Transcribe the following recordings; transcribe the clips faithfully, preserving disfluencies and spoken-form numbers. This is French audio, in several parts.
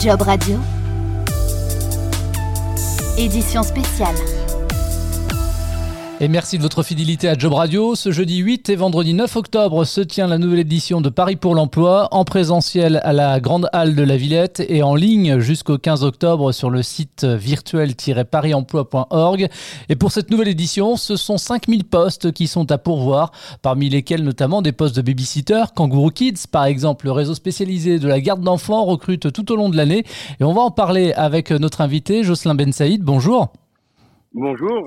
Job Radio, édition spéciale. Et merci de votre fidélité à Job Radio. Ce jeudi huit et vendredi neuf octobre se tient la nouvelle édition de Paris pour l'emploi, en présentiel à la Grande Halle de la Villette et en ligne jusqu'au quinze octobre sur le site virtuel tiret paris emploi point org. Et pour cette nouvelle édition, ce sont cinq mille postes qui sont à pourvoir, parmi lesquels notamment des postes de babysitter. Kangourou Kids, par exemple, le réseau spécialisé de la garde d'enfants, recrute tout au long de l'année. Et on va en parler avec notre invité, Jocelyn Ben Saïd. Bonjour. Bonjour.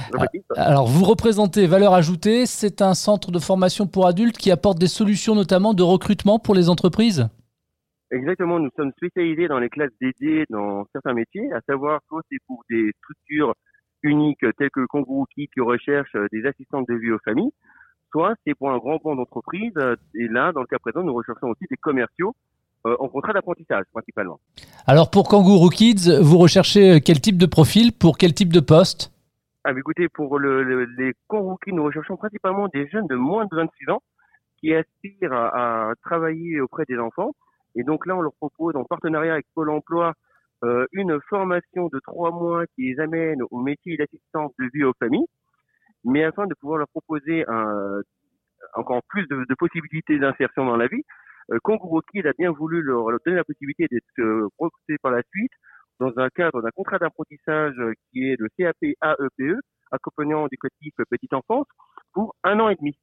Alors, vous représentez Valeur Ajoutée. C'est un centre de formation pour adultes qui apporte des solutions notamment de recrutement pour les entreprises. Exactement. Nous sommes spécialisés dans les classes dédiées dans certains métiers, à savoir soit c'est pour des structures uniques telles que Kangourou Kids qui recherchent des assistantes de vie aux familles, soit c'est pour un grand banc d'entreprises. Et là, dans le cas présent, nous recherchons aussi des commerciaux Euh, en contrat d'apprentissage principalement. Alors pour Kangourou Kids, vous recherchez quel type de profil pour quel type de poste? Ah, mais écoutez, pour le, le, les Kangourou Kids, nous recherchons principalement des jeunes de moins de vingt-six ans qui aspirent à, à travailler auprès des enfants. Et donc là, on leur propose en partenariat avec Pôle emploi euh, une formation de trois mois qui les amène au métier d'assistance de vie aux familles, mais afin de pouvoir leur proposer un, encore plus de, de possibilités d'insertion dans la vie. Kangourou Kids a bien voulu leur, leur donner la possibilité d'être euh, recrutés par la suite dans un cadre d'un contrat d'apprentissage qui est le C A P A E P E, accompagnant éducatif petite enfance, pour un an et demi.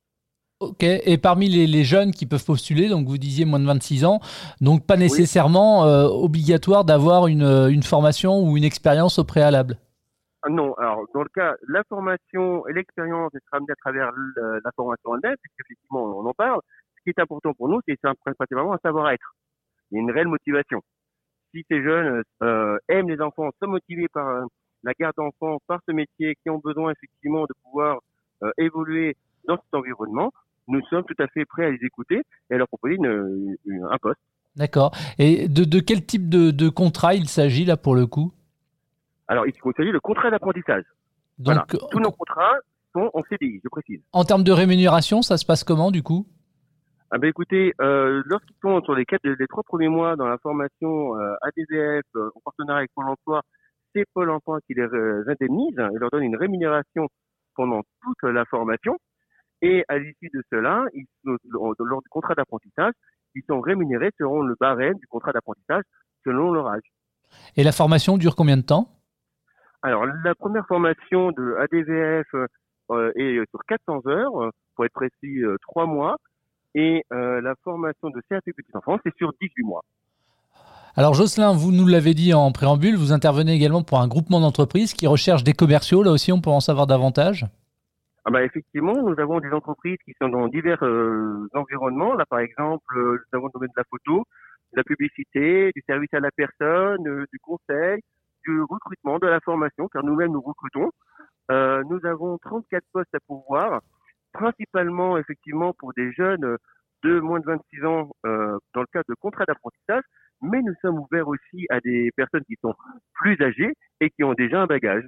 Ok, et parmi les, les jeunes qui peuvent postuler, donc vous disiez moins de vingt-six ans, donc pas nécessairement oui. euh, obligatoire d'avoir une, une formation ou une expérience au préalable. Ah non, alors dans le cas, la formation et l'expérience sera amenée à travers le, la formation elle-même, puisqu'effectivement on en parle. Ce qui est important pour nous, c'est principalement un savoir-être. Il y a une réelle motivation. Si ces jeunes euh, aiment les enfants, sont motivés par euh, la garde d'enfants, par ce métier, qui ont besoin effectivement de pouvoir euh, évoluer dans cet environnement, nous sommes tout à fait prêts à les écouter et à leur proposer une, une, un poste. D'accord. Et de, de quel type de, de contrat il s'agit là pour le coup? Alors, il s'agit de contrat d'apprentissage. Donc, voilà. Tous nos contrats sont en C D I, je précise. En termes de rémunération, ça se passe comment du coup? Ah ben écoutez, euh, lorsqu'ils sont sur les quatre, les trois premiers mois dans la formation euh, A D V F, euh, en partenariat avec Pôle emploi, c'est Pôle emploi qui les euh, indemnise et leur donne une rémunération pendant toute la formation. Et à l'issue de cela, ils, lors du contrat d'apprentissage, ils sont rémunérés selon le barème du contrat d'apprentissage, selon leur âge. Et la formation dure combien de temps? Alors, la première formation de A D V F euh, est sur quatre cents heures, pour être précis, euh, trois mois. Et euh, la formation de C A P Petite Enfance, c'est sur dix-huit mois. Alors Jocelyn, vous nous l'avez dit en préambule, vous intervenez également pour un groupement d'entreprises qui recherche des commerciaux. Là aussi, on peut en savoir davantage. Ah bah effectivement, nous avons des entreprises qui sont dans divers euh, environnements. Là, par exemple, euh, nous avons le domaine de la photo, de la publicité, du service à la personne, euh, du conseil, du recrutement, de la formation, car nous-mêmes nous recrutons. Euh, nous avons trente-quatre postes à pourvoir, principalement effectivement pour des jeunes de moins de vingt-six ans euh, dans le cadre de contrats d'apprentissage, mais nous sommes ouverts aussi à des personnes qui sont plus âgées et qui ont déjà un bagage.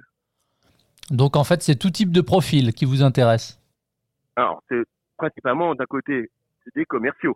Donc en fait, c'est tout type de profil qui vous intéresse? Alors, c'est principalement d'un côté, c'est des commerciaux.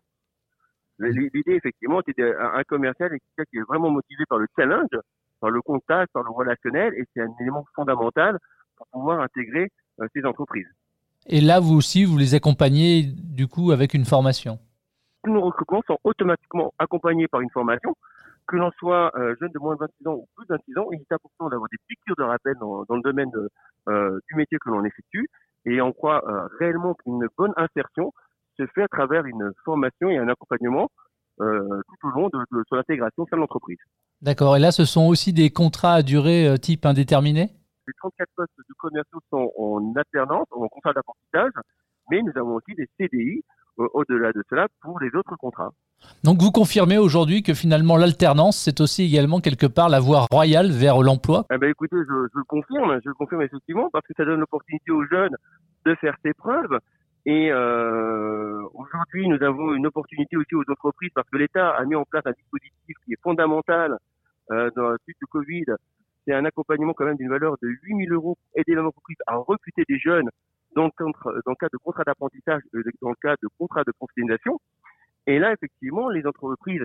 L'idée, effectivement, c'est un commercial qui est vraiment motivé par le challenge, par le contact, par le relationnel, et c'est un élément fondamental pour pouvoir intégrer euh, ces entreprises. Et là, vous aussi, vous les accompagnez du coup avec une formation? Tous nos recrutements sont automatiquement accompagnés par une formation, que l'on soit euh, jeune de moins de vingt-six ans ou plus de vingt-six ans. Il est important d'avoir des piqûres de rappel dans, dans le domaine de, euh, du métier que l'on effectue. Et on croit euh, réellement qu'une bonne insertion se fait à travers une formation et un accompagnement euh, tout au long de, de, de l'intégration de l'entreprise. D'accord. Et là, ce sont aussi des contrats à durée euh, type indéterminé? Les trente-quatre postes de commerciaux sont en alternance, en contrat d'apprentissage, mais nous avons aussi des C D I euh, au-delà de cela pour les autres contrats. Donc vous confirmez aujourd'hui que finalement l'alternance, c'est aussi également quelque part la voie royale vers l'emploi? Eh ben écoutez, je, je le confirme, je le confirme effectivement, parce que ça donne l'opportunité aux jeunes de faire ses preuves. Et euh, aujourd'hui, nous avons une opportunité aussi aux entreprises, parce que l'État a mis en place un dispositif qui est fondamental euh, dans la suite du Covid. C'est un accompagnement quand même d'une valeur de huit mille euros pour aider l'entreprise à recruter des jeunes dans le, cadre, dans le cadre de contrats d'apprentissage, dans le cadre de contrats de professionnalisation. Et là, effectivement, les entreprises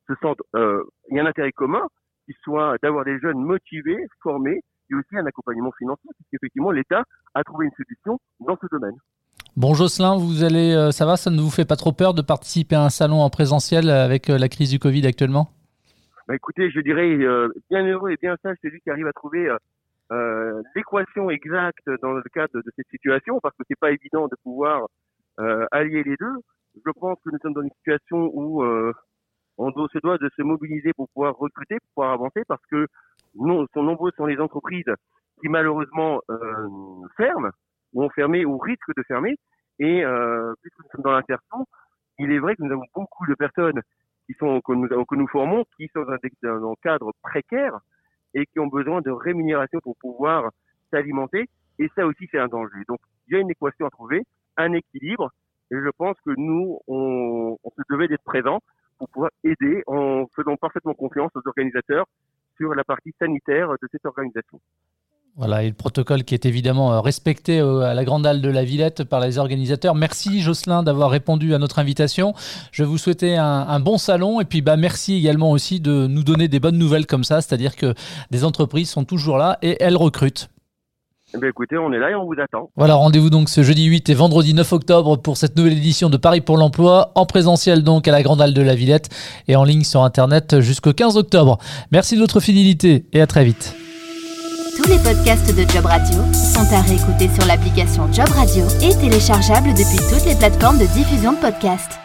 se sentent, euh, il y a un intérêt commun qui soit d'avoir des jeunes motivés, formés, et aussi un accompagnement financier, puisqu'effectivement l'État a trouvé une solution dans ce domaine. Bon Jocelyn, vous allez, euh, ça va, ça ne vous fait pas trop peur de participer à un salon en présentiel avec euh, la crise du Covid actuellement ? Bah écoutez, je dirais euh, bien heureux et bien sage celui qui arrive à trouver euh, euh, l'équation exacte dans le cadre de, de cette situation, parce que c'est pas évident de pouvoir euh, allier les deux. Je pense que nous sommes dans une situation où euh, on doit, se doit de se mobiliser pour pouvoir recruter, pour pouvoir avancer, parce que non, sont nombreuses sont les entreprises qui malheureusement euh, ferment, ou ont fermé, ou risquent de fermer. Et euh, puisque nous sommes dans l'insertion, il est vrai que nous avons beaucoup de personnes qui sont que nous, que nous formons, qui sont dans, dans un cadre précaire et qui ont besoin de rémunération pour pouvoir s'alimenter. Et ça aussi, c'est un danger. Donc, il y a une équation à trouver, un équilibre. Et je pense que nous, on, on se devait d'être présents pour pouvoir aider en faisant parfaitement confiance aux organisateurs sur la partie sanitaire de cette organisation. Voilà, et le protocole qui est évidemment respecté à la Grande Halle de la Villette par les organisateurs. Merci Jocelyn d'avoir répondu à notre invitation. Je vous souhaitais un, un bon salon et puis bah, merci également aussi de nous donner des bonnes nouvelles comme ça, c'est-à-dire que des entreprises sont toujours là et elles recrutent. Eh bien, écoutez, on est là et on vous attend. Voilà, rendez-vous donc ce jeudi huit et vendredi neuf octobre pour cette nouvelle édition de Paris pour l'emploi, en présentiel donc à la Grande Halle de la Villette et en ligne sur Internet jusqu'au quinze octobre. Merci de votre fidélité et à très vite. Tous les podcasts de Job Radio sont à réécouter sur l'application Job Radio et téléchargeables depuis toutes les plateformes de diffusion de podcasts.